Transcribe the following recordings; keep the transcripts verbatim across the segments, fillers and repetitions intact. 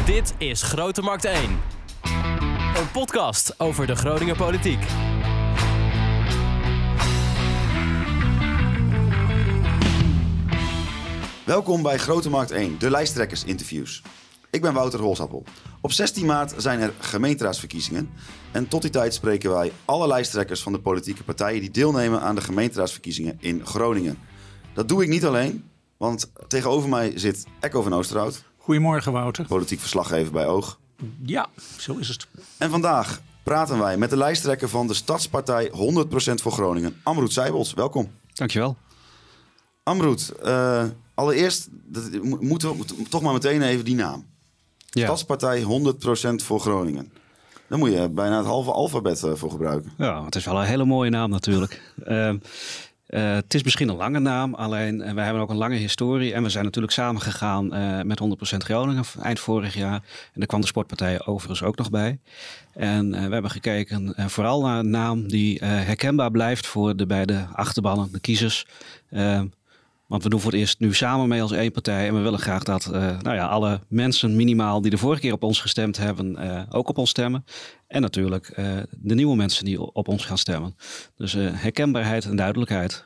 Dit is Grote Markt één. Een podcast over de Groninger politiek. Welkom bij Grote Markt één, de lijsttrekkersinterviews. Ik ben Wouter Holsappel. Op zestien maart zijn er gemeenteraadsverkiezingen. En tot die tijd spreken wij alle lijsttrekkers van de politieke partijen die deelnemen aan de gemeenteraadsverkiezingen in Groningen. Dat doe ik niet alleen, want tegenover mij zit Ecco van Oosterhout. Goedemorgen, Wouter. Politiek verslaggever bij Oog. Ja, zo is het. En vandaag praten wij met de lijsttrekker van de Stadspartij honderd procent voor Groningen, Amroet Sijbels. Welkom. Dankjewel. Amroet, uh, allereerst dat, moeten we toch maar meteen even die naam. Ja. Stadspartij honderd procent voor Groningen. Daar moet je bijna het halve alfabet uh, voor gebruiken. Ja, het is wel een hele mooie naam natuurlijk. uh, uh, het is misschien een lange naam, alleen uh, wij hebben ook een lange historie. En we zijn natuurlijk samengegaan uh, met honderd procent Groningen eind vorig jaar. En daar kwam de sportpartij overigens ook nog bij. En uh, we hebben gekeken uh, vooral naar een naam die uh, herkenbaar blijft voor de beide achterbannen, de kiezers. Uh, Want we doen voor het eerst nu samen mee als één partij. En we willen graag dat uh, nou ja, alle mensen minimaal die de vorige keer op ons gestemd hebben, uh, ook op ons stemmen. En natuurlijk uh, de nieuwe mensen die op ons gaan stemmen. Dus uh, herkenbaarheid en duidelijkheid.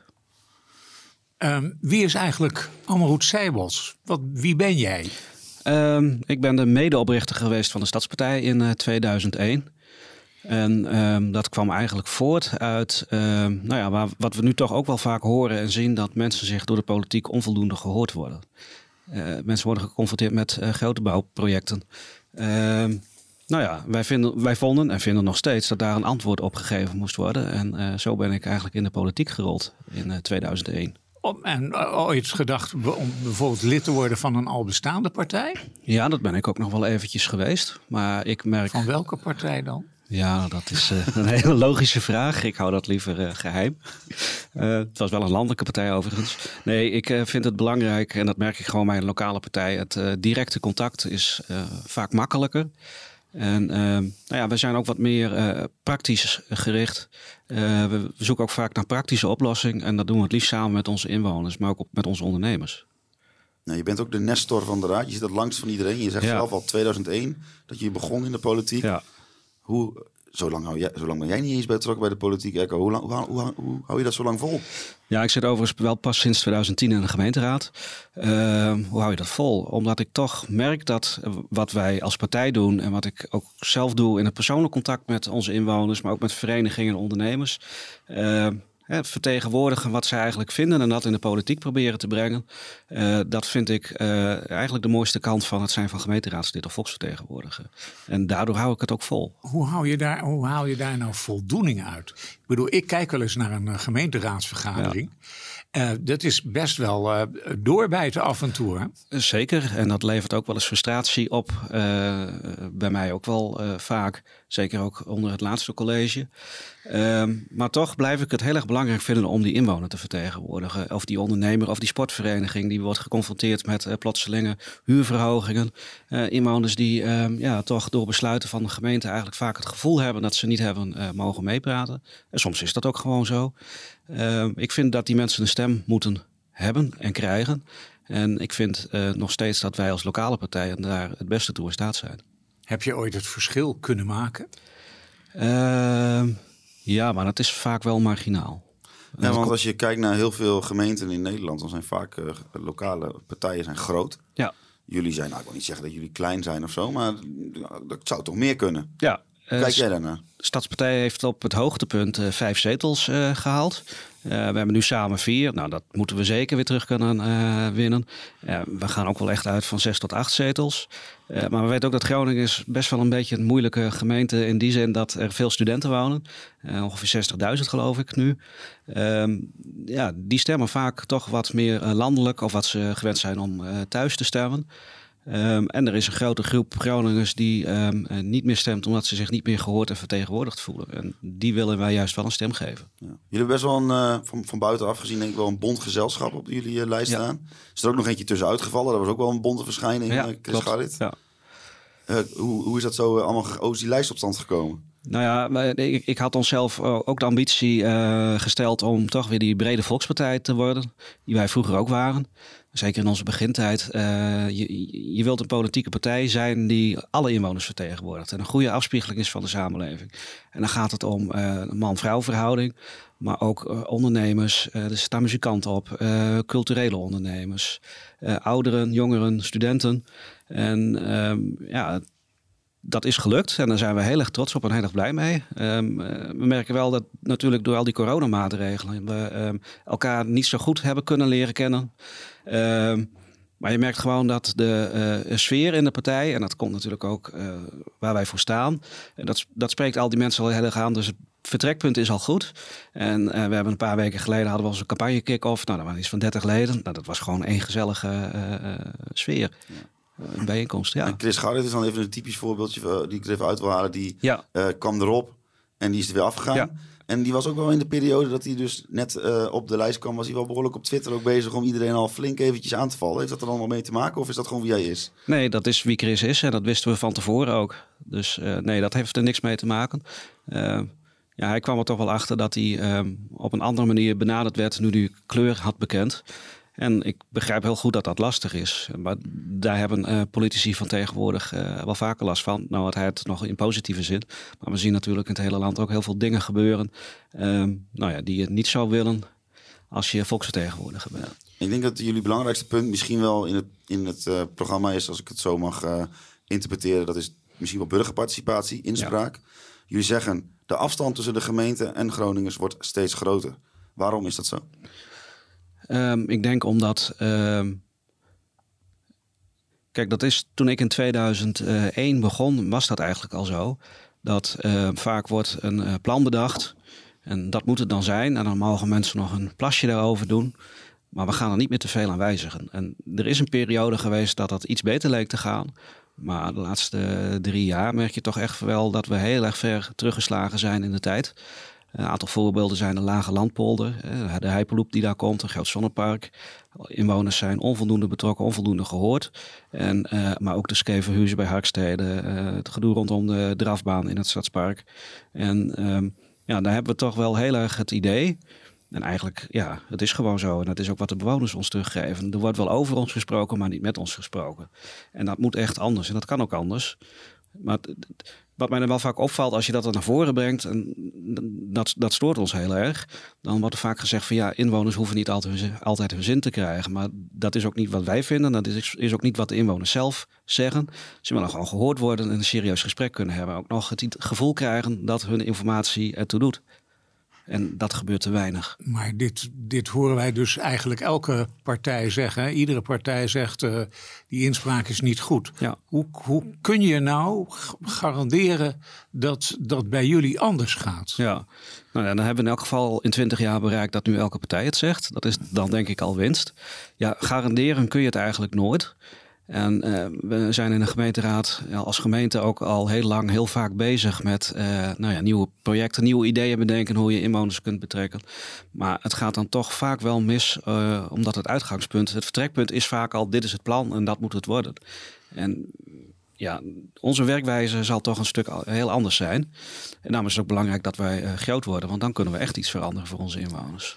Um, wie is eigenlijk Amroet Sijbels? Wat, wie ben jij? Um, ik ben de medeoprichter geweest van de Stadspartij in uh, tweeduizend één. En um, dat kwam eigenlijk voort uit uh, nou ja, waar, wat we nu toch ook wel vaak horen en zien, dat mensen zich door de politiek onvoldoende gehoord worden. Uh, mensen worden geconfronteerd met uh, grote bouwprojecten. Uh, nou ja, wij, vinden, wij vonden en vinden nog steeds dat daar een antwoord op gegeven moest worden. En uh, zo ben ik eigenlijk in de politiek gerold in uh, tweeduizend één. Om, en uh, ooit gedacht om bijvoorbeeld lid te worden van een al bestaande partij? Ja, dat ben ik ook nog wel eventjes geweest. Maar ik merk... Van welke partij dan? Ja, dat is uh, een hele logische vraag. Ik hou dat liever uh, geheim. Uh, het was wel een landelijke partij overigens. Nee, ik uh, vind het belangrijk, en dat merk ik gewoon bij een lokale partij. Het uh, directe contact is uh, vaak makkelijker. En uh, nou ja, we zijn ook wat meer uh, praktisch gericht. Uh, we zoeken ook vaak naar praktische oplossingen. En dat doen we het liefst samen met onze inwoners, maar ook met onze ondernemers. Nou, je bent ook de nestor van de raad. Je zit het langst van iedereen. Je zegt ja. zelf al tweeduizend één dat je begon in de politiek. Ja. Hoe, zo lang, hou jij, zo lang ben jij niet eens betrokken bij de politiek, Ecco. Hoe, lang, hoe, hoe, hoe hou je dat zo lang vol? Ja, ik zit overigens wel pas sinds tweeduizend tien in de gemeenteraad. Uh, hoe hou je dat vol? Omdat ik toch merk dat wat wij als partij doen en wat ik ook zelf doe in het persoonlijk contact met onze inwoners, maar ook met verenigingen en ondernemers, Uh, Hè, vertegenwoordigen wat zij eigenlijk vinden en dat in de politiek proberen te brengen. Uh, dat vind ik uh, eigenlijk de mooiste kant van het zijn van gemeenteraadslid of volksvertegenwoordiger. En daardoor hou ik het ook vol. Hoe hou je daar, hoe haal je daar nou voldoening uit? Ik bedoel, ik kijk wel eens naar een uh, gemeenteraadsvergadering. Ja. Uh, dat is best wel uh, doorbijten af en toe. Hè? Zeker. En dat levert ook wel eens frustratie op. Uh, bij mij ook wel uh, vaak. Zeker ook onder het laatste college. Uh, maar toch blijf ik het heel erg belangrijk vinden om die inwoner te vertegenwoordigen. Of die ondernemer of die sportvereniging die wordt geconfronteerd met uh, plotselinge huurverhogingen. Uh, inwoners die uh, ja, toch door besluiten van de gemeente eigenlijk vaak het gevoel hebben dat ze niet hebben uh, mogen meepraten. En soms is dat ook gewoon zo. Uh, ik vind dat die mensen een stem moeten hebben en krijgen. En ik vind uh, nog steeds dat wij als lokale partijen daar het beste toe in staat zijn. Heb je ooit het verschil kunnen maken? Uh, ja, maar dat is vaak wel marginaal. Ja, want als je kijkt naar heel veel gemeenten in Nederland, dan zijn vaak uh, lokale partijen zijn groot. Ja. Jullie zijn, nou, ik wil niet zeggen dat jullie klein zijn of zo, maar dat zou toch meer kunnen? Ja. Hoe kijk jij daarnaar? De Stadspartij heeft op het hoogtepunt uh, vijf zetels uh, gehaald. Uh, we hebben nu samen vier. Nou, dat moeten we zeker weer terug kunnen uh, winnen. Uh, we gaan ook wel echt uit van zes tot acht zetels. Uh, maar we weten ook dat Groningen is best wel een beetje een moeilijke gemeente in die zin dat er veel studenten wonen. Uh, ongeveer zestigduizend geloof ik nu. Uh, ja, die stemmen vaak toch wat meer uh, landelijk of wat ze gewend zijn om uh, thuis te stemmen. Um, en er is een grote groep Groningers die um, uh, niet meer stemt omdat ze zich niet meer gehoord en vertegenwoordigd voelen. En die willen wij juist wel een stem geven. Ja. Jullie hebben best wel een, uh, van, van buitenaf gezien denk ik wel een bond gezelschap op jullie uh, lijst staan. Ja. Is er ook nog eentje tussen uitgevallen? Dat was ook wel een bonte verschijning. Ja, uh, Chris Garrit. Ja. Uh, hoe, hoe is dat zo uh, allemaal, hoe is die lijst op stand gekomen? Nou ja, ik, ik had onszelf ook de ambitie uh, gesteld om toch weer die brede volkspartij te worden. Die wij vroeger ook waren. Zeker in onze begintijd. Uh, je, je wilt een politieke partij zijn die alle inwoners vertegenwoordigt. En een goede afspiegeling is van de samenleving. En dan gaat het om uh, man-vrouw verhouding. Maar ook uh, ondernemers. Uh, er staan muzikanten op. Uh, culturele ondernemers. Uh, ouderen, jongeren, studenten. En um, ja... Dat is gelukt en daar zijn we heel erg trots op en heel erg blij mee. Um, uh, we merken wel dat natuurlijk door al die coronamaatregelen we um, elkaar niet zo goed hebben kunnen leren kennen. Um, maar je merkt gewoon dat de uh, sfeer in de partij, en dat komt natuurlijk ook uh, waar wij voor staan, en dat, dat spreekt al die mensen al heel erg aan. Dus het vertrekpunt is al goed. En uh, we hebben een paar weken geleden hadden we onze campagne kick-off. Nou, dat waren iets van dertig leden. Nou, dat was gewoon één gezellige uh, sfeer. Ja. Een bijeenkomst, ja. En Chris Garrett is dan even een typisch voorbeeldje uh, die ik er even uit wil halen. Die ja. uh, kwam erop en die is er weer afgegaan. Ja. En die was ook wel in de periode dat hij dus net uh, op de lijst kwam, was hij wel behoorlijk op Twitter ook bezig om iedereen al flink eventjes aan te vallen. Heeft dat er dan wel mee te maken of is dat gewoon wie hij is? Nee, dat is wie Chris is en dat wisten we van tevoren ook. Dus uh, nee, dat heeft er niks mee te maken. Uh, ja, hij kwam er toch wel achter dat hij um, op een andere manier benaderd werd nu hij kleur had bekend. En ik begrijp heel goed dat dat lastig is. Maar daar hebben uh, politici van tegenwoordig uh, wel vaker last van. Nou had hij het nog in positieve zin. Maar we zien natuurlijk in het hele land ook heel veel dingen gebeuren. Um, nou ja, die je niet zou willen als je volksvertegenwoordiger bent. Ik denk dat jullie belangrijkste punt misschien wel in het, in het uh, programma is, als ik het zo mag uh, interpreteren. Dat is misschien wel burgerparticipatie, inspraak. Ja. Jullie zeggen, de afstand tussen de gemeente en Groningers wordt steeds groter. Waarom is dat zo? Um, ik denk omdat... Um, kijk, dat is toen ik in tweeduizend één begon, was dat eigenlijk al zo. Dat uh, vaak wordt een uh, plan bedacht. En dat moet het dan zijn. En dan mogen mensen nog een plasje daarover doen. Maar we gaan er niet meer te veel aan wijzigen. En er is een periode geweest dat dat iets beter leek te gaan. Maar de laatste drie jaar merk je toch echt wel dat we heel erg ver teruggeslagen zijn in de tijd. Een aantal voorbeelden zijn de Lage Landpolder, de Heipeloop die daar komt, een groot zonnepark. Inwoners zijn onvoldoende betrokken, onvoldoende gehoord. En, uh, maar ook de Skevenhuizen bij Harkstede, uh, het gedoe rondom de drafbaan in het Stadspark. En um, ja, daar hebben we toch wel heel erg het idee. En eigenlijk, ja, het is gewoon zo. En dat is ook wat de bewoners ons teruggeven. Er wordt wel over ons gesproken, maar niet met ons gesproken. En dat moet echt anders. En dat kan ook anders. Maar wat mij dan wel vaak opvalt, als je dat er naar voren brengt, en dat, dat stoort ons heel erg. Dan wordt er vaak gezegd van ja, inwoners hoeven niet altijd, altijd hun zin te krijgen. Maar dat is ook niet wat wij vinden. Dat is, is ook niet wat de inwoners zelf zeggen. Ze willen gewoon gehoord worden en een serieus gesprek kunnen hebben. Ook nog het gevoel krijgen dat hun informatie ertoe doet. En dat gebeurt te weinig. Maar dit, dit horen wij dus eigenlijk elke partij zeggen. Hè? Iedere partij zegt uh, die inspraak is niet goed. Ja. Hoe, hoe kun je nou garanderen dat dat bij jullie anders gaat? Ja, nou ja, dan hebben we in elk geval in twintig jaar bereikt dat nu elke partij het zegt. Dat is dan denk ik al winst. Ja, garanderen kun je het eigenlijk nooit. En uh, we zijn in de gemeenteraad ja, als gemeente ook al heel lang heel vaak bezig met uh, nou ja, nieuwe projecten, nieuwe ideeën bedenken hoe je inwoners kunt betrekken. Maar het gaat dan toch vaak wel mis, uh, omdat het uitgangspunt, het vertrekpunt is vaak al dit is het plan en dat moet het worden. En ja, onze werkwijze zal toch een stuk heel anders zijn. En daarom is het ook belangrijk dat wij uh, groot worden, want dan kunnen we echt iets veranderen voor onze inwoners.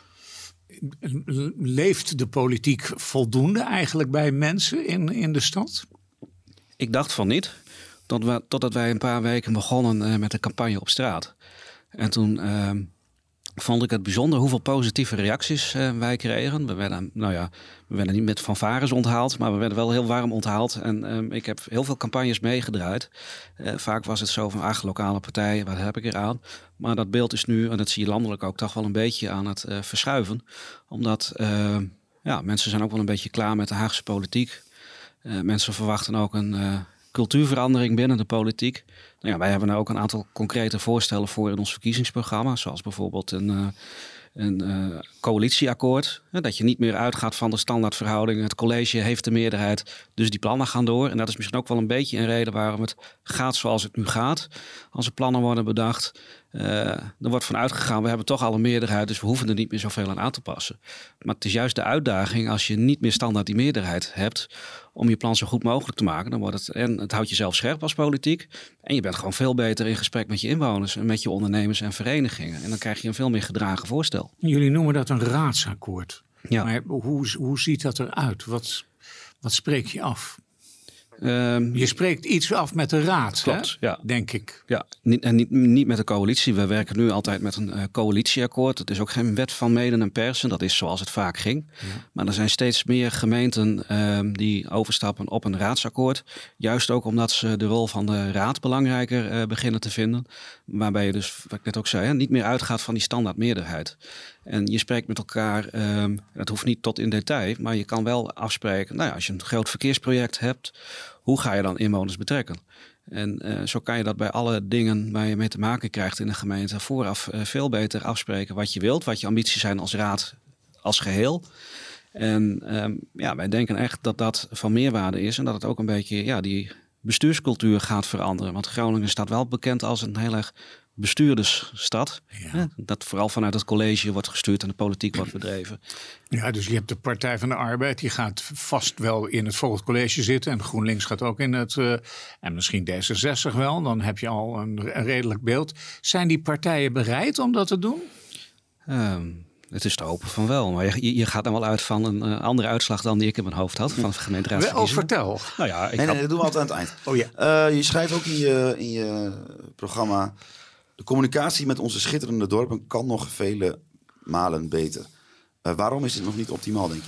Leeft de politiek voldoende eigenlijk bij mensen in, in de stad? Ik dacht van niet. Tot we, totdat wij een paar weken begonnen uh, met de campagne op straat. En toen uh, vond ik het bijzonder hoeveel positieve reacties uh, wij kregen. We werden, nou ja, we werden niet met fanfares onthaald, maar we werden wel heel warm onthaald. En uh, ik heb heel veel campagnes meegedraaid. Uh, vaak was het zo van, ach, lokale partijen, wat heb ik eraan? Maar dat beeld is nu, en dat zie je landelijk ook, toch wel een beetje aan het uh, verschuiven. Omdat uh, ja, mensen zijn ook wel een beetje klaar met de Haagse politiek. Uh, mensen verwachten ook een uh, cultuurverandering binnen de politiek. Nou ja, wij hebben er ook een aantal concrete voorstellen voor in ons verkiezingsprogramma. Zoals bijvoorbeeld een, uh, een uh, coalitieakkoord. Uh, dat je niet meer uitgaat van de standaardverhoudingen. Het college heeft de meerderheid, dus die plannen gaan door. En dat is misschien ook wel een beetje een reden waarom het gaat zoals het nu gaat. Als er plannen worden bedacht. Uh, er wordt van uitgegaan, we hebben toch al een meerderheid, dus we hoeven er niet meer zoveel aan aan te passen. Maar het is juist de uitdaging als je niet meer standaard die meerderheid hebt om je plan zo goed mogelijk te maken. Dan wordt het, en het houdt jezelf scherp als politiek. En je bent gewoon veel beter in gesprek met je inwoners en met je ondernemers en verenigingen. En dan krijg je een veel meer gedragen voorstel. Jullie noemen dat een raadsakkoord. Ja. Maar hoe, hoe ziet dat eruit? Wat, wat spreek je af? Um, je spreekt iets af met de raad, klopt, hè? Ja. Denk ik. Ja, niet, en niet, niet met de coalitie. We werken nu altijd met een uh, coalitieakkoord. Het is ook geen wet van meden en persen. Dat is zoals het vaak ging. Ja. Maar er zijn steeds meer gemeenten uh, die overstappen op een raadsakkoord. Juist ook omdat ze de rol van de raad belangrijker uh, beginnen te vinden. Waarbij je dus, wat ik net ook zei, hè, niet meer uitgaat van die standaard meerderheid. En je spreekt met elkaar, um, dat hoeft niet tot in detail, maar je kan wel afspreken, nou ja, als je een groot verkeersproject hebt, hoe ga je dan inwoners betrekken? En uh, zo kan je dat bij alle dingen waar je mee te maken krijgt in de gemeente vooraf uh, veel beter afspreken wat je wilt, wat je ambities zijn als raad, als geheel. En um, ja, wij denken echt dat dat van meerwaarde is en dat het ook een beetje ja, die bestuurscultuur gaat veranderen. Want Groningen staat wel bekend als een heel erg bestuurdersstad. Ja. Ja, dat vooral vanuit het college wordt gestuurd en de politiek wordt bedreven. Ja, dus je hebt de Partij van de Arbeid. Die gaat vast wel in het volgend college zitten. En GroenLinks gaat ook in het... Uh, en misschien D zesenzestig wel. Dan heb je al een, een redelijk beeld. Zijn die partijen bereid om dat te doen? Um, het is te hopen van wel. Maar je, je gaat dan wel uit van een uh, andere uitslag dan die ik in mijn hoofd had. Van de gemeenteraadsverkiezingen. Wel, vertel. Nou ja, ik nee, nee, dat doen we altijd aan het eind. Oh ja. Uh, je schrijft ook in je, in je programma... De communicatie met onze schitterende dorpen kan nog vele malen beter. Uh, waarom is dit nog niet optimaal, denk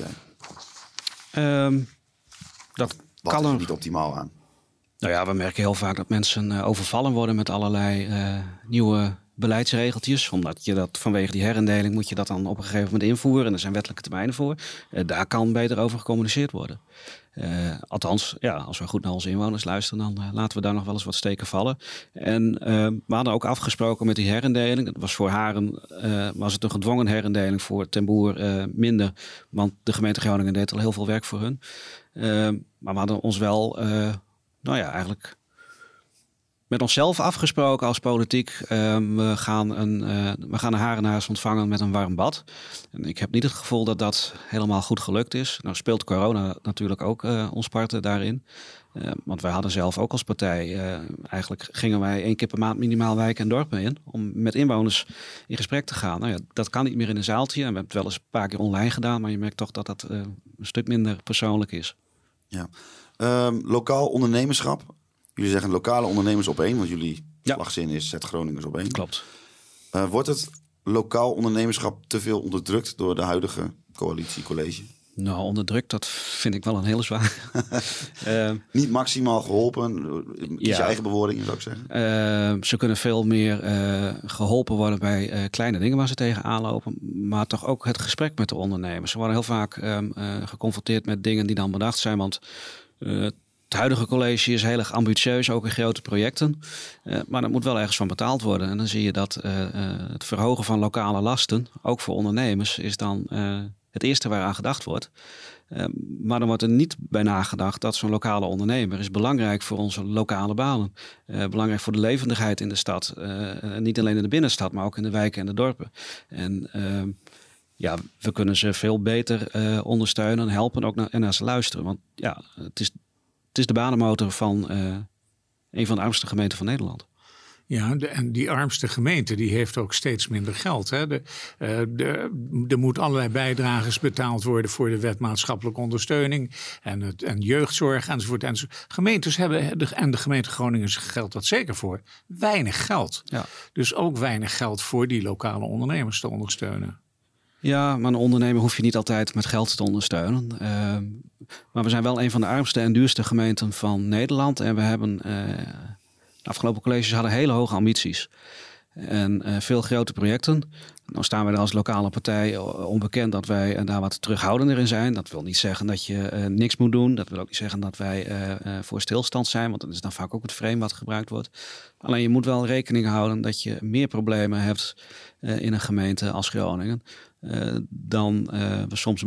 jij? Um, dat Wat kan is er er niet optimaal aan? Nou ja, we merken heel vaak dat mensen uh, overvallen worden met allerlei uh, nieuwe beleidsregeltjes. Omdat je dat vanwege die herindeling moet je dat dan op een gegeven moment invoeren. En er zijn wettelijke termijnen voor. Uh, daar kan beter over gecommuniceerd worden. Uh, althans, ja, als we goed naar onze inwoners luisteren, dan uh, laten we daar nog wel eens wat steken vallen. En uh, we hadden ook afgesproken met die herindeling. Dat was voor Haren uh, was het een gedwongen herindeling, voor Ten Boer uh, minder. Want de gemeente Groningen deed al heel veel werk voor hun. Uh, maar we hadden ons wel, uh, nou ja, eigenlijk met onszelf afgesproken als politiek. Uh, we, gaan een, uh, we gaan de Harenaars ontvangen met een warm bad. En ik heb niet het gevoel dat dat helemaal goed gelukt is. Nou speelt corona natuurlijk ook uh, ons parten daarin. Uh, want wij hadden zelf ook als partij, uh, eigenlijk gingen wij één keer per maand minimaal wijken en dorpen in. Om met inwoners in gesprek te gaan. Nou ja, dat kan niet meer in een zaaltje. En we hebben het wel eens een paar keer online gedaan. Maar je merkt toch dat dat uh, een stuk minder persoonlijk is. Ja. Um, lokaal ondernemerschap. Jullie zeggen lokale ondernemers op één, want jullie ja. slagzin is zet Groningers op één. Klopt. Uh, wordt het lokaal ondernemerschap te veel onderdrukt door de huidige coalitiecollege? Nou, onderdrukt, dat vind ik wel een hele zwaar. uh, Niet maximaal geholpen, is ja. je eigen bewoording zou ik zeggen. Uh, ze kunnen veel meer uh, geholpen worden bij uh, kleine dingen waar ze tegenaan lopen. Maar toch ook het gesprek met de ondernemers. Ze worden heel vaak um, uh, geconfronteerd met dingen die dan bedacht zijn, want... Uh, Het huidige college is heel erg ambitieus, ook in grote projecten. Uh, maar dat moet wel ergens van betaald worden. En dan zie je dat uh, uh, het verhogen van lokale lasten, ook voor ondernemers, is dan uh, het eerste waaraan gedacht wordt. Uh, maar dan wordt er niet bij nagedacht dat zo'n lokale ondernemer is belangrijk voor onze lokale banen. Uh, belangrijk voor de levendigheid in de stad. Uh, niet alleen in de binnenstad, maar ook in de wijken en de dorpen. En... Uh, Ja, we kunnen ze veel beter uh, ondersteunen en helpen ook naar, en naar ze luisteren. Want ja, het is, het is de banenmotor van uh, een van de armste gemeenten van Nederland. Ja, de, en die armste gemeente die heeft ook steeds minder geld. Hè. De, uh, de, er moet allerlei bijdrages betaald worden voor de wet maatschappelijke ondersteuning en, het, en jeugdzorg enzovoort, enzovoort. Gemeentes hebben, de, en de gemeente Groningen geldt dat zeker voor, weinig geld. Ja. Dus ook weinig geld voor die lokale ondernemers te ondersteunen. Ja, maar een ondernemer hoef je niet altijd met geld te ondersteunen. Uh, maar we zijn wel een van de armste en duurste gemeenten van Nederland. En we hebben, uh, de afgelopen colleges hadden hele hoge ambities. En uh, veel grote projecten. Nou staan wij er als lokale partij onbekend dat wij uh, daar wat terughoudender in zijn. Dat wil niet zeggen dat je uh, niks moet doen. Dat wil ook niet zeggen dat wij uh, uh, voor stilstand zijn. Want dat is dan vaak ook het frame wat gebruikt wordt. Alleen je moet wel rekening houden dat je meer problemen hebt uh, in een gemeente als Groningen. Uh, dan uh, we soms benoemen.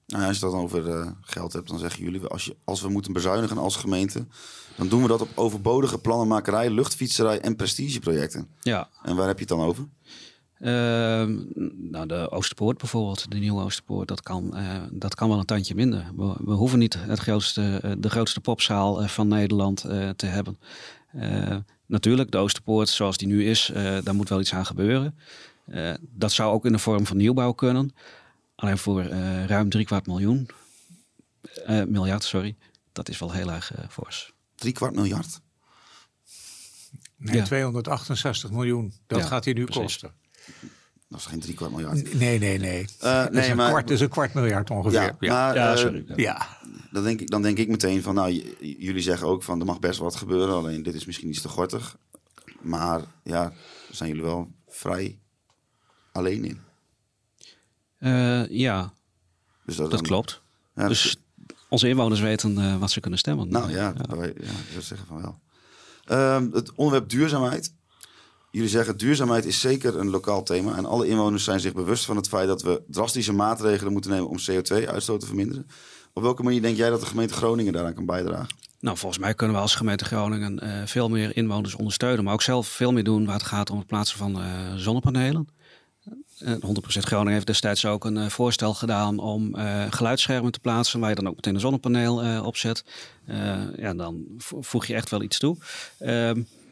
Nou, als je het dan over uh, geld hebt, dan zeggen jullie... Als, je, als we moeten bezuinigen als gemeente... dan doen we dat op overbodige plannenmakerij, luchtfietserij en prestigeprojecten. Ja. En waar heb je het dan over? Uh, nou, de Oosterpoort bijvoorbeeld, de nieuwe Oosterpoort, dat kan, uh, dat kan wel een tandje minder. We, we hoeven niet het grootste, uh, de grootste popzaal uh, van Nederland uh, te hebben. Uh, natuurlijk, de Oosterpoort zoals die nu is, uh, daar moet wel iets aan gebeuren. Uh, dat zou ook in de vorm van nieuwbouw kunnen. Alleen voor uh, ruim driekwart miljoen, uh, miljard, sorry, dat is wel heel erg uh, fors. Driekwart miljard? Nee, ja. tweehonderdachtenzestig miljoen, dat ja, gaat hij nu precies. kosten. Dat is geen driekwart miljard. Nee, nee, nee. Uh, dat, nee is maar, kwart, dat is een kwart miljard ongeveer. Ja, ja. Maar, ja, uh, sorry. Ja. ja. Dan, denk ik, dan denk ik meteen van, nou, j- jullie zeggen ook van, er mag best wat gebeuren. Alleen dit is misschien iets te gortig. Maar ja, daar zijn jullie wel vrij alleen in. Uh, ja, dus dat, dat dan, klopt. Ja, dus dat, onze inwoners weten uh, wat ze kunnen stemmen. Nou ja, ja. Wij, ja ik zou zeggen van wel. Uh, het onderwerp duurzaamheid. Jullie zeggen duurzaamheid is zeker een lokaal thema. En alle inwoners zijn zich bewust van het feit dat we drastische maatregelen moeten nemen om C O twee uitstoot te verminderen. Op welke manier denk jij dat de gemeente Groningen daaraan kan bijdragen? Nou, volgens mij kunnen we als gemeente Groningen uh, veel meer inwoners ondersteunen. Maar ook zelf veel meer doen waar het gaat om het plaatsen van uh, zonnepanelen. Uh, honderd procent Groningen heeft destijds ook een uh, voorstel gedaan om uh, geluidsschermen te plaatsen. Waar je dan ook meteen een zonnepaneel uh, op zet. Uh, ja, dan voeg je echt wel iets toe. Uh,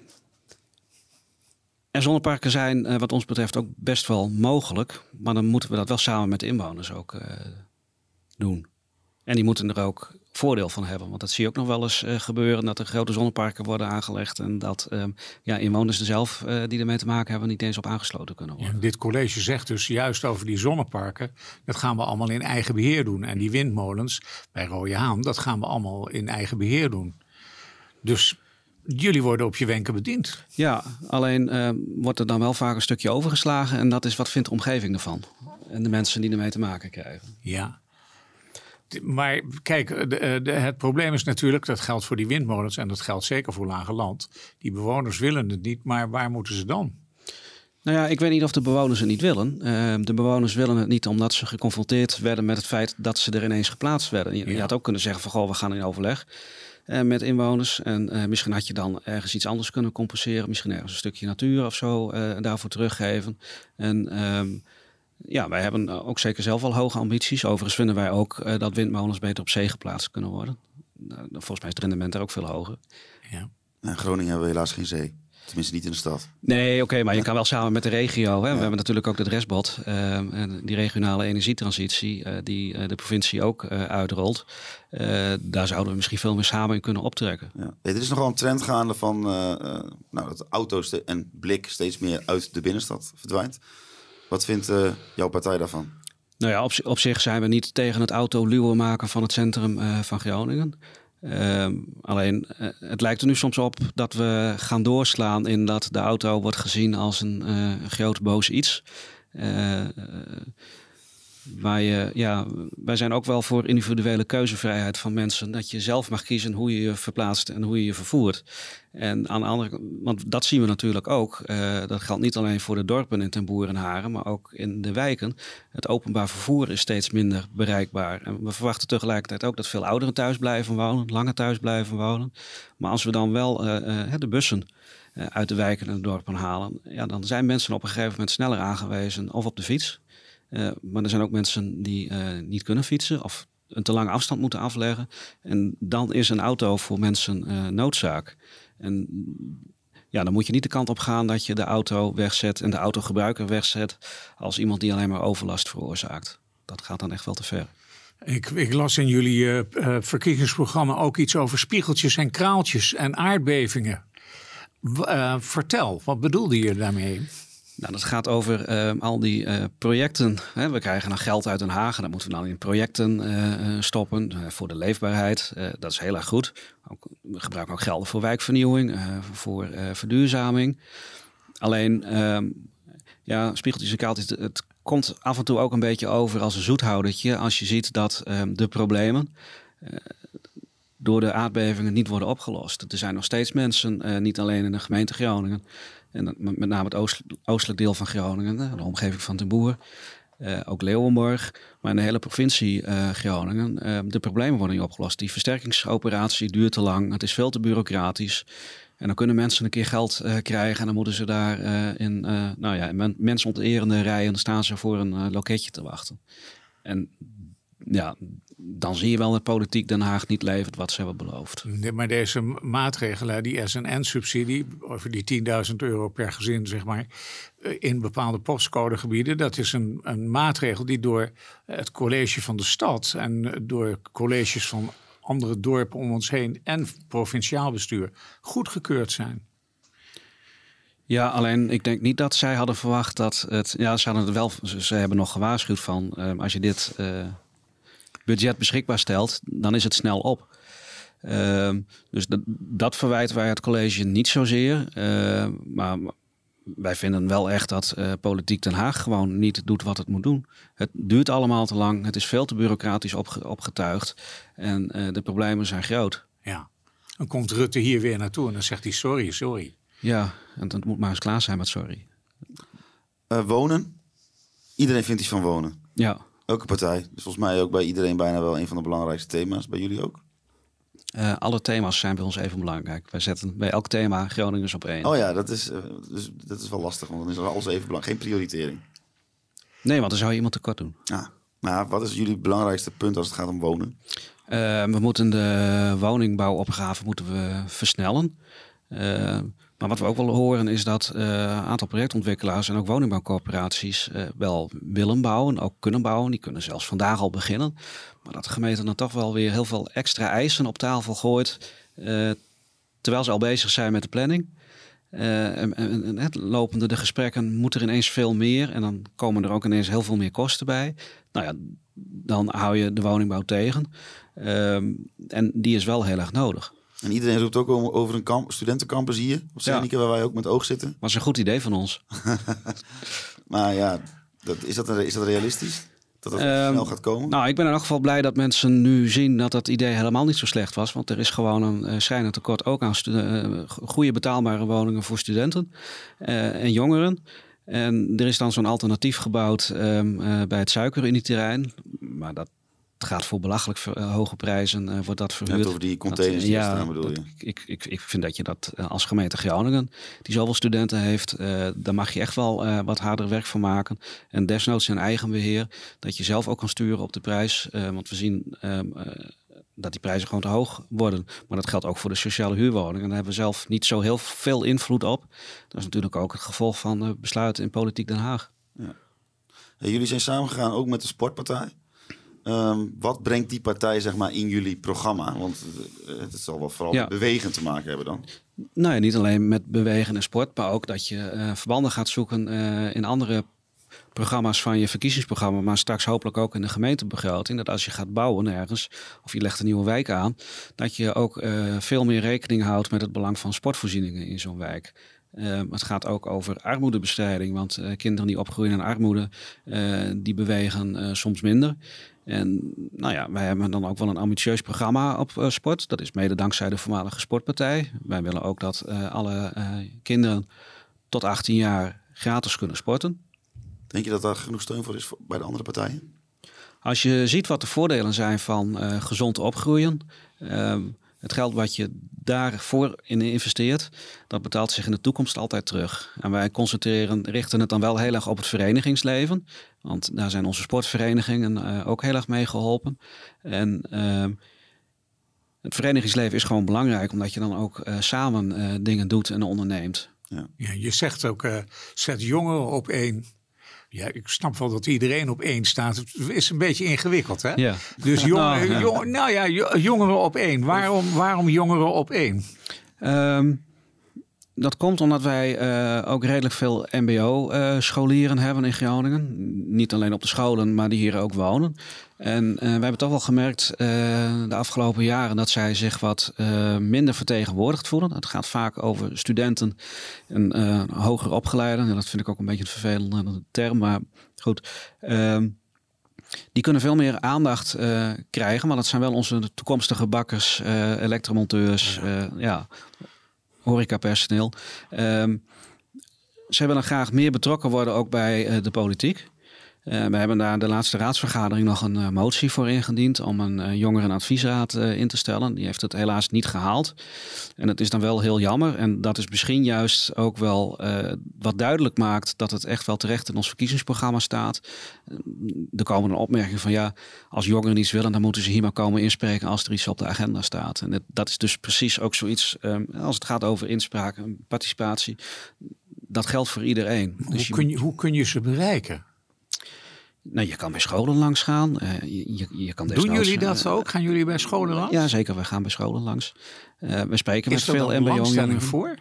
En zonneparken zijn uh, wat ons betreft ook best wel mogelijk. Maar dan moeten we dat wel samen met de inwoners ook uh, doen. En die moeten er ook voordeel van hebben. Want dat zie je ook nog wel eens uh, gebeuren. Dat er grote zonneparken worden aangelegd. En dat um, ja, inwoners er zelf uh, die ermee te maken hebben niet eens op aangesloten kunnen worden. Ja, dit college zegt dus juist over die zonneparken. Dat gaan we allemaal in eigen beheer doen. En die windmolens bij Rode Haan, dat gaan we allemaal in eigen beheer doen. Dus... Jullie worden op je wenken bediend. Ja, alleen uh, wordt er dan wel vaak een stukje overgeslagen. En dat is wat vindt de omgeving ervan. En de mensen die ermee te maken krijgen. Ja. Maar kijk, de, de, het probleem is natuurlijk, dat geldt voor die windmolens. En dat geldt zeker voor Lage Land. Die bewoners willen het niet, maar waar moeten ze dan? Nou ja, ik weet niet of de bewoners het niet willen. Uh, de bewoners willen het niet omdat ze geconfronteerd werden met het feit dat ze er ineens geplaatst werden. Je, ja. je had ook kunnen zeggen van, goh, we gaan in overleg. Uh, met inwoners. En uh, misschien had je dan ergens iets anders kunnen compenseren. Misschien ergens een stukje natuur of zo uh, daarvoor teruggeven. En um, ja, wij hebben ook zeker zelf wel hoge ambities. Overigens vinden wij ook uh, dat windmolens beter op zee geplaatst kunnen worden. Uh, volgens mij is het rendement daar ook veel hoger. Ja. In Groningen hebben we helaas geen zee. Tenminste niet in de stad. Nee, oké, okay, maar je kan wel samen met de regio. Hè? Ja. We hebben natuurlijk ook de Dresbod. Uh, die regionale energietransitie uh, die uh, de provincie ook uh, uitrolt. Uh, daar zouden we misschien veel meer samen in kunnen optrekken. Ja. Ja, er is nogal een trend gaande van uh, uh, nou, dat auto's en blik steeds meer uit de binnenstad verdwijnt. Wat vindt uh, jouw partij daarvan? Nou ja, op, op zich zijn we niet tegen het autoluwen maken van het centrum uh, van Groningen. Uh, alleen, uh, het lijkt er nu soms op dat we gaan doorslaan in dat de auto wordt gezien als een uh, groot boos iets. Uh, uh, waar je, ja, wij zijn ook wel voor individuele keuzevrijheid van mensen. Dat je zelf mag kiezen hoe je je verplaatst en hoe je je vervoert. En aan de andere, want dat zien we natuurlijk ook. Uh, dat geldt niet alleen voor de dorpen in Ten Boer en Haren, maar ook in de wijken. Het openbaar vervoer is steeds minder bereikbaar. En we verwachten tegelijkertijd ook dat veel ouderen thuis blijven wonen, langer thuis blijven wonen. Maar als we dan wel uh, uh, de bussen uh, uit de wijken en de dorpen halen, ja, dan zijn mensen op een gegeven moment sneller aangewezen of op de fiets. Uh, maar er zijn ook mensen die uh, niet kunnen fietsen of een te lange afstand moeten afleggen. En dan is een auto voor mensen uh, noodzaak. En ja, dan moet je niet de kant op gaan dat je de auto wegzet en de autogebruiker wegzet als iemand die alleen maar overlast veroorzaakt. Dat gaat dan echt wel te ver. Ik, ik las in jullie uh, uh, verkiezingsprogramma ook iets over spiegeltjes en kraaltjes en aardbevingen. W- uh, vertel, wat bedoelde je daarmee? Nou, dat gaat over uh, al die uh, projecten. Hè. We krijgen dan geld uit Den Haag en dat moeten we dan in projecten uh, stoppen uh, voor de leefbaarheid. Uh, dat is heel erg goed. Ook, we gebruiken ook gelden voor wijkvernieuwing, uh, voor uh, verduurzaming. Alleen, uh, ja, spiegeltjes en kraaltjes, het, het komt af en toe ook een beetje over als een zoethoudertje als je ziet dat uh, de problemen uh, door de aardbevingen niet worden opgelost. Er zijn nog steeds mensen, uh, niet alleen in de gemeente Groningen, en met name het oost, oostelijk deel van Groningen, de omgeving van Ten Boer, uh, ook Leeuwenborg, maar in de hele provincie uh, Groningen. Uh, de problemen worden niet opgelost. Die versterkingsoperatie duurt te lang, het is veel te bureaucratisch. En dan kunnen mensen een keer geld uh, krijgen en dan moeten ze daar uh, in, uh, nou ja, in men, mensonterende rijen staan ze voor een uh, loketje te wachten. En ja, dan zie je wel dat politiek Den Haag niet levert wat ze hebben beloofd. Nee, maar deze maatregelen, die S N N-subsidie, over die tienduizend euro per gezin, zeg maar, in bepaalde postcodegebieden, dat is een, een maatregel die door het college van de stad en door colleges van andere dorpen om ons heen en provinciaal bestuur goedgekeurd zijn. Ja, alleen ik denk niet dat zij hadden verwacht dat het... Ja, ze hadden het wel. Ze, ze hebben nog gewaarschuwd van uh, als je dit uh, budget beschikbaar stelt, dan is het snel op. Uh, dus dat, dat verwijten wij het college niet zozeer. Uh, maar wij vinden wel echt dat uh, politiek Den Haag gewoon niet doet wat het moet doen. Het duurt allemaal te lang. Het is veel te bureaucratisch opge- opgetuigd. En uh, de problemen zijn groot. Ja, dan komt Rutte hier weer naartoe en dan zegt hij sorry, sorry. Ja, en dat moet maar eens klaar zijn met sorry. Uh, wonen. Iedereen vindt iets van wonen. Ja. Elke partij. Dus volgens mij ook bij iedereen bijna wel een van de belangrijkste thema's. Bij jullie ook? Uh, alle thema's zijn bij ons even belangrijk. Wij zetten bij elk thema Groningers op één. Oh ja, dat is, uh, dus, dat is wel lastig. Want dan is alles even belangrijk. Geen prioritering. Nee, want dan zou je iemand tekort doen. Ah, nou, wat is jullie belangrijkste punt als het gaat om wonen? Uh, we moeten de woningbouwopgave moeten we versnellen. Uh, maar wat we ook wel horen is dat een uh, aantal projectontwikkelaars en ook woningbouwcorporaties uh, wel willen bouwen, ook kunnen bouwen. Die kunnen zelfs vandaag al beginnen. Maar dat de gemeente dan toch wel weer heel veel extra eisen op tafel gooit, uh, terwijl ze al bezig zijn met de planning. Uh, en, en, en het lopende de gesprekken moet er ineens veel meer en dan komen er ook ineens heel veel meer kosten bij. Nou ja, dan hou je de woningbouw tegen. Uh, en die is wel heel erg nodig. En iedereen roept ook over een kamp, studentencampus hier op Zenica, ja, waar wij ook met oog zitten. Was een goed idee van ons. Maar ja, dat, is, dat, is dat realistisch? Dat dat um, snel gaat komen? Nou, ik ben in elk geval blij dat mensen nu zien dat dat idee helemaal niet zo slecht was. Want er is gewoon een uh, schrijnend tekort ook aan stu- uh, goede betaalbare woningen voor studenten uh, en jongeren. En er is dan zo'n alternatief gebouwd um, uh, bij het Suikerunie-terrein. Maar dat gaat voor belachelijk uh, hoge prijzen, uh, wordt dat verhuurd. Net over die containers dat, die ja, staan, bedoel je? Dat, ik, ik, ik vind dat je dat uh, als gemeente Groningen, die zoveel studenten heeft, uh, daar mag je echt wel uh, wat harder werk van maken. En desnoods in eigen beheer, dat je zelf ook kan sturen op de prijs. Uh, want we zien uh, uh, dat die prijzen gewoon te hoog worden. Maar dat geldt ook voor de sociale huurwoningen. En daar hebben we zelf niet zo heel veel invloed op. Dat is natuurlijk ook het gevolg van uh, besluiten in Politiek Den Haag. Ja. Hey, jullie zijn samengegaan ook met de Sportpartij. Um, wat brengt die partij zeg maar in jullie programma? Want uh, het zal wel vooral ja. met bewegen te maken hebben dan. Nou ja, niet alleen met bewegen en sport, maar ook dat je uh, verbanden gaat zoeken uh, in andere programma's van je verkiezingsprogramma, maar straks hopelijk ook in de gemeentebegroting. Dat als je gaat bouwen ergens, of je legt een nieuwe wijk aan, dat je ook uh, veel meer rekening houdt met het belang van sportvoorzieningen in zo'n wijk. Uh, het gaat ook over armoedebestrijding, want uh, kinderen die opgroeien in armoede, uh, die bewegen uh, soms minder. En nou ja, wij hebben dan ook wel een ambitieus programma op uh, sport. Dat is mede dankzij de voormalige Sportpartij. Wij willen ook dat uh, alle uh, kinderen tot achttien jaar gratis kunnen sporten. Denk je dat daar genoeg steun voor is voor, bij de andere partijen? Als je ziet wat de voordelen zijn van uh, gezond opgroeien, Uh, het geld wat je daarvoor in investeert, dat betaalt zich in de toekomst altijd terug. En wij concentreren, richten het dan wel heel erg op het verenigingsleven. Want daar zijn onze sportverenigingen uh, ook heel erg mee geholpen. En uh, het verenigingsleven is gewoon belangrijk, omdat je dan ook uh, samen uh, dingen doet en onderneemt. Ja. Ja, je zegt ook, uh, zet jongeren op één. Ja, ik snap wel dat iedereen op één staat. Het is een beetje ingewikkeld, hè? Ja. Dus jongeren, nou, ja. Jong, nou ja, jongeren op één. Waarom, waarom jongeren op één? Um, dat komt omdat wij uh, ook redelijk veel M B O-scholieren uh, hebben in Groningen. Niet alleen op de scholen, maar die hier ook wonen. En uh, wij hebben toch wel gemerkt uh, de afgelopen jaren dat zij zich wat uh, minder vertegenwoordigd voelen. Het gaat vaak over studenten en uh, hoger opgeleiden. En dat vind ik ook een beetje een vervelende term, maar goed. Uh, Die kunnen veel meer aandacht uh, krijgen, maar dat zijn wel onze toekomstige bakkers, uh, elektromonteurs, ja. Uh, ja, horecapersoneel. Um, zij willen graag meer betrokken worden ook bij uh, de politiek. Uh, we hebben daar de laatste raadsvergadering nog een uh, motie voor ingediend om een uh, jongerenadviesraad uh, in te stellen. Die heeft het helaas niet gehaald. En dat is dan wel heel jammer. En dat is misschien juist ook wel uh, wat duidelijk maakt dat het echt wel terecht in ons verkiezingsprogramma staat. Uh, er komen een opmerking van ja, als jongeren iets willen, dan moeten ze hier maar komen inspreken als er iets op de agenda staat. En dat, dat is dus precies ook zoiets, um, als het gaat over inspraak en participatie, dat geldt voor iedereen. Hoe, Dus je, kun je, hoe kun je ze bereiken? Nou, je kan bij scholen langs gaan. Uh, je, je, je kan Doen jullie dat uh, ook? Gaan jullie bij scholen langs? Ja, zeker. We gaan bij scholen langs. Uh, we spreken is met veel M B O-jongeren. voor?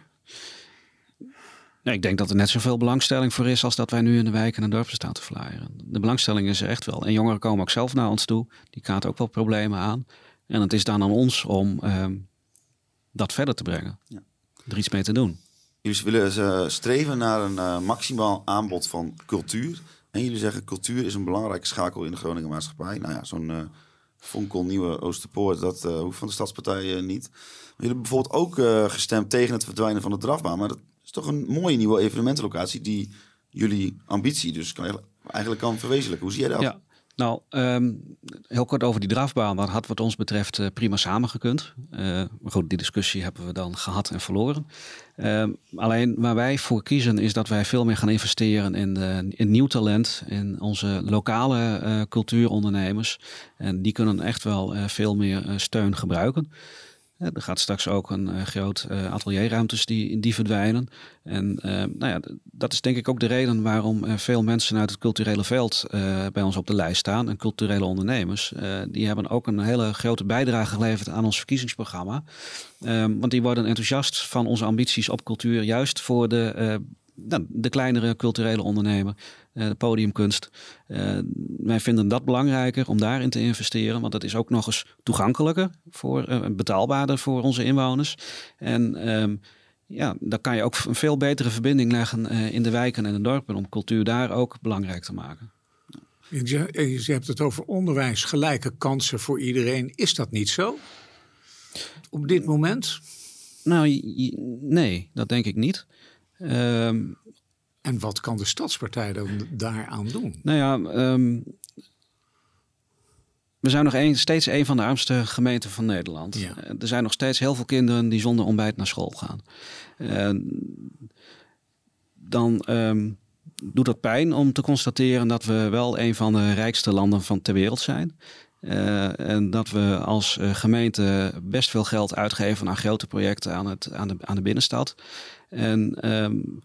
Nee, ik denk dat er net zoveel belangstelling voor is als dat wij nu in de wijken en de dorpen staan te flyeren. De belangstelling is er echt wel. En jongeren komen ook zelf naar ons toe. Die kaarten ook wel problemen aan. En het is dan aan ons om uh, dat verder te brengen. Ja. Er iets mee te doen. Jullie willen uh, streven naar een uh, maximaal aanbod van cultuur. En jullie zeggen cultuur is een belangrijke schakel in de Groninger maatschappij. Nou ja, zo'n uh, Fonkel Nieuwe Oosterpoort, dat uh, hoeft van de Stadspartij uh, niet. Maar jullie hebben bijvoorbeeld ook uh, gestemd tegen het verdwijnen van de drafbaan. Maar dat is toch een mooie nieuwe evenementenlocatie die jullie ambitie dus kan, eigenlijk kan verwezenlijken. Hoe zie jij dat? Ja. Nou, um, heel kort over die drafbaan. Dat had wat ons betreft uh, prima samengekund. Uh, maar goed, die discussie hebben we dan gehad en verloren. Uh, alleen waar wij voor kiezen is dat wij veel meer gaan investeren in, de, in nieuw talent. In onze lokale uh, cultuurondernemers. En die kunnen echt wel uh, veel meer uh, steun gebruiken. Ja, er gaat straks ook een uh, groot uh, atelierruimtes die, die verdwijnen. En uh, nou ja, dat is denk ik ook de reden waarom uh, veel mensen uit het culturele veld uh, bij ons op de lijst staan. En culturele ondernemers. Uh, die hebben ook een hele grote bijdrage geleverd aan ons verkiezingsprogramma. Uh, want die worden enthousiast van onze ambities op cultuur. Juist voor de, uh, nou, de kleinere culturele ondernemer. Uh, de podiumkunst. Uh, wij vinden dat belangrijker om daarin te investeren. Want dat is ook nog eens toegankelijker. Voor, uh, betaalbaarder voor onze inwoners. En um, ja, dan kan je ook een veel betere verbinding leggen uh, in de wijken en de dorpen. Om cultuur daar ook belangrijk te maken. Je, je hebt het over onderwijs, gelijke kansen voor iedereen. Is dat niet zo? Op dit moment? Nou, je, nee, dat denk ik niet. Um, En wat kan de Stadspartij dan daaraan doen? Nou ja, um, we zijn nog een, steeds een van de armste gemeenten van Nederland. Ja. Er zijn nog steeds heel veel kinderen die zonder ontbijt naar school gaan. Uh, dan um, doet het pijn om te constateren dat we wel een van de rijkste landen van ter wereld zijn. Uh, en dat we als uh, gemeente best veel geld uitgeven aan grote projecten aan, het, aan, de, aan de binnenstad. En um,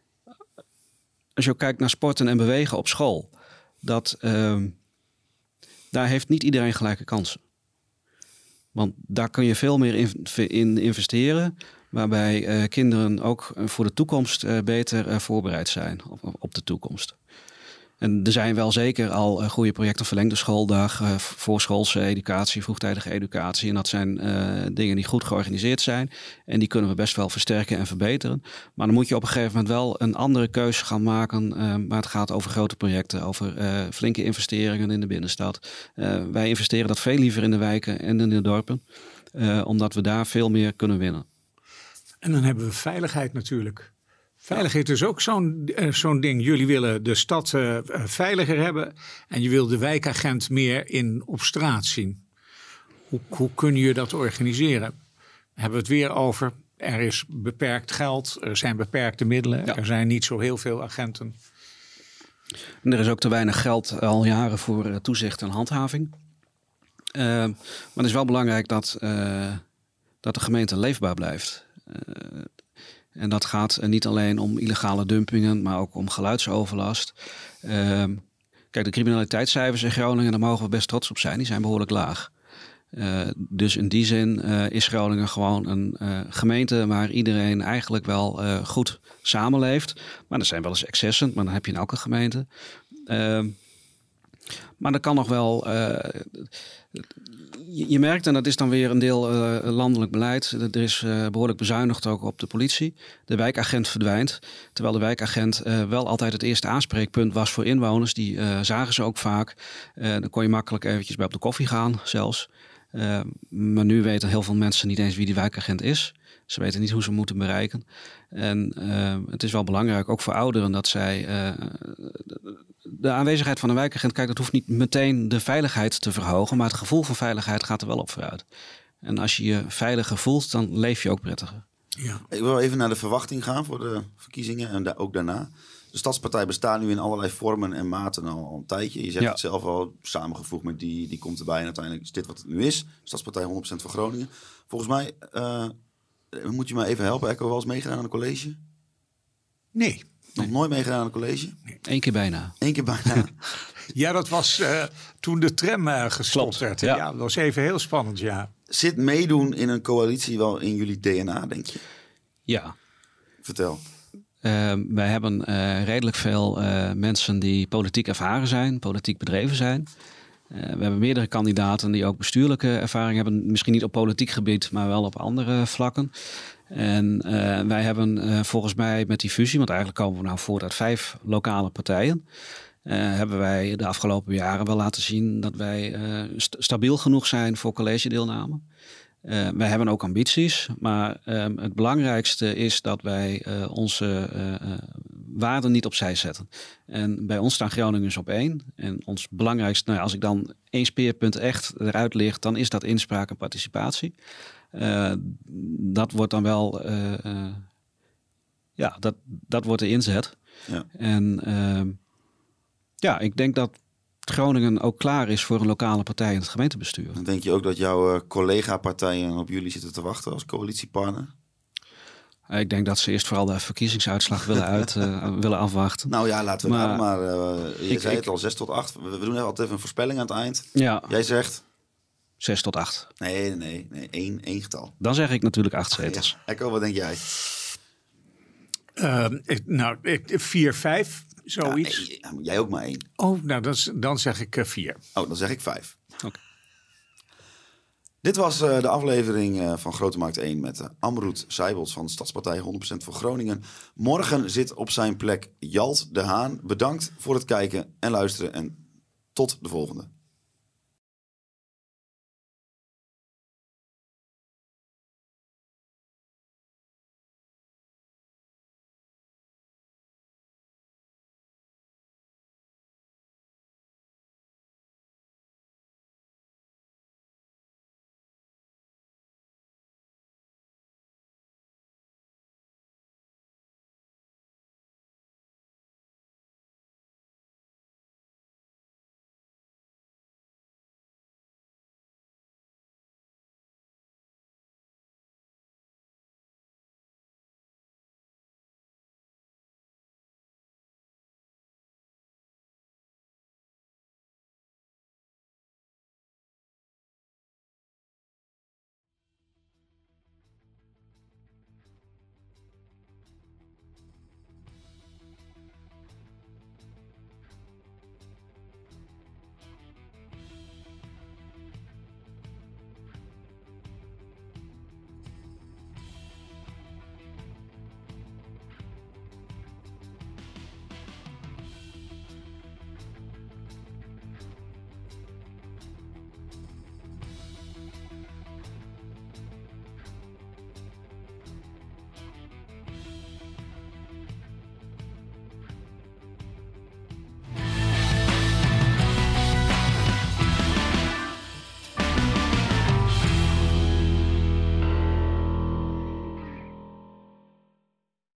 als je ook kijkt naar sporten en bewegen op school, dat, uh, daar heeft niet iedereen gelijke kansen. Want daar kun je veel meer in, in investeren, waarbij uh, kinderen ook voor de toekomst uh, beter uh, voorbereid zijn op, op de toekomst. En er zijn wel zeker al uh, goede projecten, verlengde schooldag, uh, voorschoolse educatie, vroegtijdige educatie. En dat zijn uh, dingen die goed georganiseerd zijn. En die kunnen we best wel versterken en verbeteren. Maar dan moet je op een gegeven moment wel een andere keuze gaan maken. Uh, maar het gaat over grote projecten, over uh, flinke investeringen in de binnenstad. Uh, wij investeren dat veel liever in de wijken en in de dorpen. Uh, omdat we daar veel meer kunnen winnen. En dan hebben we veiligheid natuurlijk. Veiligheid is ook zo'n, uh, zo'n ding. Jullie willen de stad uh, veiliger hebben en je wil de wijkagent meer in op straat zien. Hoe, hoe kun je dat organiseren? Hebben we het weer over, er is beperkt geld, er zijn beperkte middelen, ja. Er zijn niet zo heel veel agenten. En er is ook te weinig geld al jaren voor uh, toezicht en handhaving. Uh, maar het is wel belangrijk dat, uh, dat de gemeente leefbaar blijft. Uh, En dat gaat niet alleen om illegale dumpingen, maar ook om geluidsoverlast. Uh, kijk, de criminaliteitscijfers in Groningen, daar mogen we best trots op zijn. Die zijn behoorlijk laag. Uh, dus in die zin uh, is Groningen gewoon een uh, gemeente waar iedereen eigenlijk wel uh, goed samenleeft. Maar er zijn wel eens excessen, maar dan heb je in elke gemeente. Uh, maar er kan nog wel... Uh, je, je merkt, en dat is dan weer een deel uh, landelijk beleid. Er is uh, behoorlijk bezuinigd ook op de politie. De wijkagent verdwijnt. Terwijl de wijkagent uh, wel altijd het eerste aanspreekpunt was voor inwoners. Die uh, zagen ze ook vaak. Uh, dan kon je makkelijk eventjes bij op de koffie gaan zelfs. Uh, maar nu weten heel veel mensen niet eens wie die wijkagent is. Ze weten niet hoe ze moeten bereiken. En uh, het is wel belangrijk, ook voor ouderen, dat zij uh, de aanwezigheid van een wijkagent, kijk, dat hoeft niet meteen de veiligheid te verhogen, maar het gevoel van veiligheid gaat er wel op vooruit. En als je je veiliger voelt, dan leef je ook prettiger. Ja. Ik wil even naar de verwachting gaan voor de verkiezingen en da- ook daarna. De Stadspartij bestaat nu in allerlei vormen en maten al, al een tijdje. Je zegt Ja. het zelf al, samengevoegd met die, die komt erbij en uiteindelijk is dit wat het nu is. Stadspartij honderd procent voor Groningen. Volgens mij, uh, moet je me even helpen, Echo, wel eens meegedaan aan een college? Nee. Nog nee. nooit meegedaan aan een college? Eén keer bijna. Eén keer bijna. Ja, dat was uh, toen de tram uh, gestopt Klopt, werd. ja. Ja, dat was even heel spannend, ja. Zit meedoen in een coalitie wel in jullie D N A, denk je? Ja. Vertel. Uh, wij hebben uh, redelijk veel uh, mensen die politiek ervaren zijn, politiek bedreven zijn. Uh, we hebben meerdere kandidaten die ook bestuurlijke ervaring hebben. Misschien niet op politiek gebied, maar wel op andere vlakken. En uh, wij hebben uh, volgens mij met die fusie, want eigenlijk komen we nou voort uit vijf lokale partijen. Uh, hebben wij de afgelopen jaren wel laten zien dat wij uh, st- stabiel genoeg zijn voor collegedeelname. Uh, wij hebben ook ambities, maar um, het belangrijkste is dat wij uh, onze uh, uh, waarden niet opzij zetten. En bij ons staan Groningers op één. En ons belangrijkste, nou ja, als ik dan één speerpunt echt eruit licht, dan is dat inspraak en participatie. Uh, dat wordt dan wel, uh, uh, ja, dat, dat wordt de inzet. Ja. En uh, ja, ik denk dat Groningen ook klaar is voor een lokale partij in het gemeentebestuur. Dan denk je ook dat jouw uh, collega-partijen op jullie zitten te wachten als coalitiepartner? Uh, ik denk dat ze eerst vooral de verkiezingsuitslag willen, uit, uh, willen afwachten. Nou ja, laten we maar, daar maar. Uh, je ik, zei ik, het al, zes tot acht. We, we doen altijd even een voorspelling aan het eind. Ja. Jij zegt? Zes tot acht. Nee, nee, nee. Één, één getal. Dan zeg ik natuurlijk acht zetels. Ja. Echo, wat denk jij? Uh, ik, nou, ik, vier, vijf. Zoiets. Ja, jij ook maar één. Oh, nou, dat is, dan zeg ik uh, vier. Oh, dan zeg ik vijf. Oké. Okay. Dit was uh, de aflevering uh, van Grote Markt één met uh, Amroet Seibold van de Stadspartij honderd procent voor Groningen. Morgen zit op zijn plek Jalt de Haan. Bedankt voor het kijken en luisteren en tot de volgende.